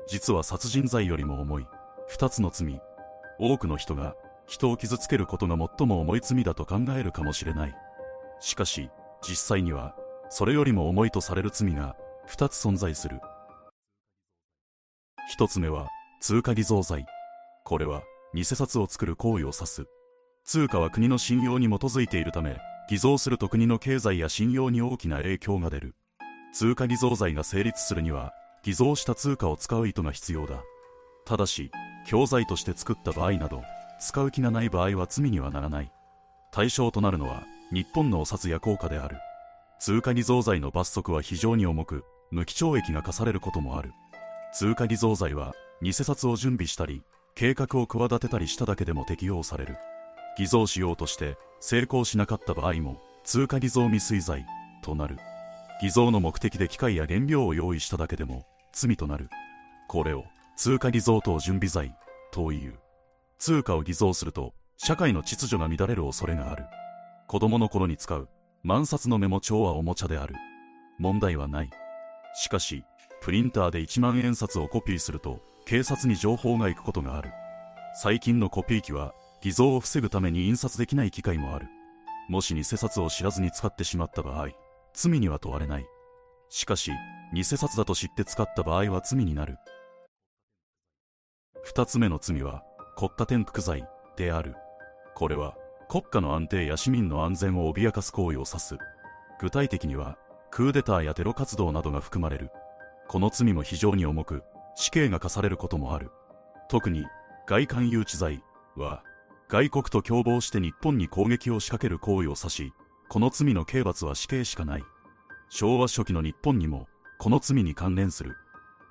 実は殺人罪よりも重い2つの罪。多くの人が人を傷つけることが最も重い罪だと考えるかもしれない。しかし実際にはそれよりも重いとされる罪が2つ存在する。1つ目は通貨偽造罪。これは偽札を作る行為を指す。通貨は国の信用に基づいているため、偽造すると国の経済や信用に大きな影響が出る。通貨偽造罪が成立するには偽造した通貨を使う意図が必要だ。ただし教材として作った場合など使う気がない場合は罪にはならない。対象となるのは日本のお札や硬貨である。通貨偽造罪の罰則は非常に重く、無期懲役が課されることもある。通貨偽造罪は偽札を準備したり計画を企てたりしただけでも適用される。偽造しようとして成功しなかった場合も通貨偽造未遂罪となる。偽造の目的で機械や原料を用意しただけでも罪となる。これを通貨偽造等準備罪という。通貨を偽造すると社会の秩序が乱れる恐れがある。子供の頃に使う万冊のメモ帳はおもちゃである。問題はない。しかしプリンターで1万円札をコピーすると警察に情報が行くことがある。最近のコピー機は偽造を防ぐために印刷できない機械もある。もし偽札を知らずに使ってしまった場合、罪には問われない。しかし偽札だと知って使った場合は罪になる。2つ目の罪は国家転覆罪である。これは国家の安定や市民の安全を脅かす行為を指す。具体的にはクーデターやテロ活動などが含まれる。この罪も非常に重く、死刑が科されることもある。特に外間誘致罪は外国と共謀して日本に攻撃を仕掛ける行為を指し、この罪の刑罰は死刑しかない。昭和初期の日本にもこの罪に関連する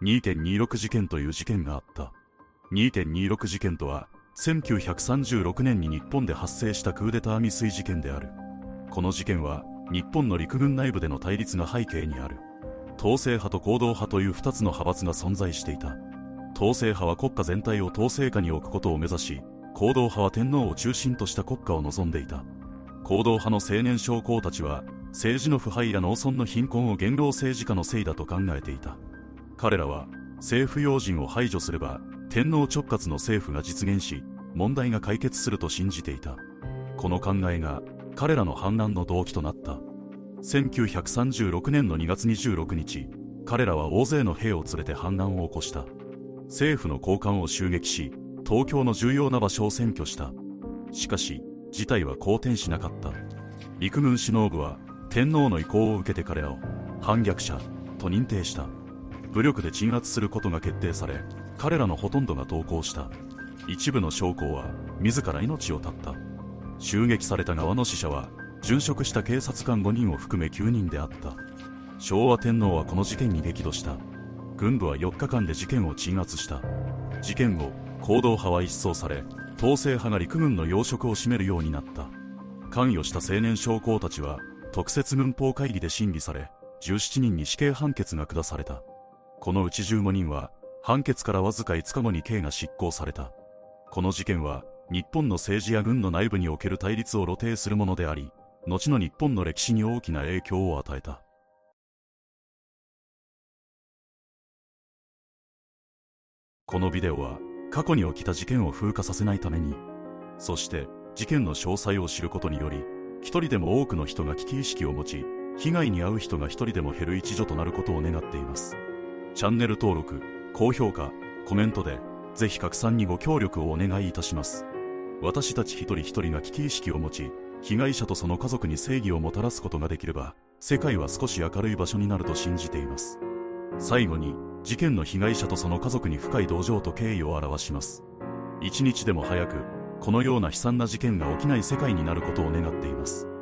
2.26 事件という事件があった。2.26 事件とは1936年に日本で発生したクーデター未遂事件である。この事件は日本の陸軍内部での対立が背景にある。統制派と行動派という2つの派閥が存在していた。統制派は国家全体を統制下に置くことを目指し、行動派は天皇を中心とした国家を望んでいた。行動派の青年将校たちは政治の腐敗や農村の貧困を元老政治家のせいだと考えていた。彼らは政府要人を排除すれば天皇直轄の政府が実現し問題が解決すると信じていた。この考えが彼らの反乱の動機となった。1936年の2月26日、彼らは大勢の兵を連れて反乱を起こした。政府の高官を襲撃し、東京の重要な場所を占拠した。しかし、事態は好転しなかった。陸軍首脳部は天皇の意向を受けて彼らを反逆者と認定した。武力で鎮圧することが決定され、彼らのほとんどが投降した。一部の将校は自ら命を絶った。襲撃された側の死者は殉職した警察官5人を含め9人であった。昭和天皇はこの事件に激怒した。軍部は4日間で事件を鎮圧した。事件後、行動派は一掃され、統制派が陸軍の要職を占めるようになった。関与した青年将校たちは特設軍法会議で審理され、17人に死刑判決が下された。このうち15人は判決からわずか5日後に刑が執行された。この事件は日本の政治や軍の内部における対立を露呈するものであり、後の日本の歴史に大きな影響を与えた。このビデオは過去に起きた事件を風化させないために、そして事件の詳細を知ることにより、一人でも多くの人が危機意識を持ち、被害に遭う人が一人でも減る一助となることを願っています。チャンネル登録、高評価、コメントでぜひ拡散にご協力をお願いいたします。私たち一人一人が危機意識を持ち、被害者とその家族に正義をもたらすことができれば、世界は少し明るい場所になると信じています。最後に、事件の被害者とその家族に深い同情と敬意を表します。一日でも早く、このような悲惨な事件が起きない世界になることを願っています。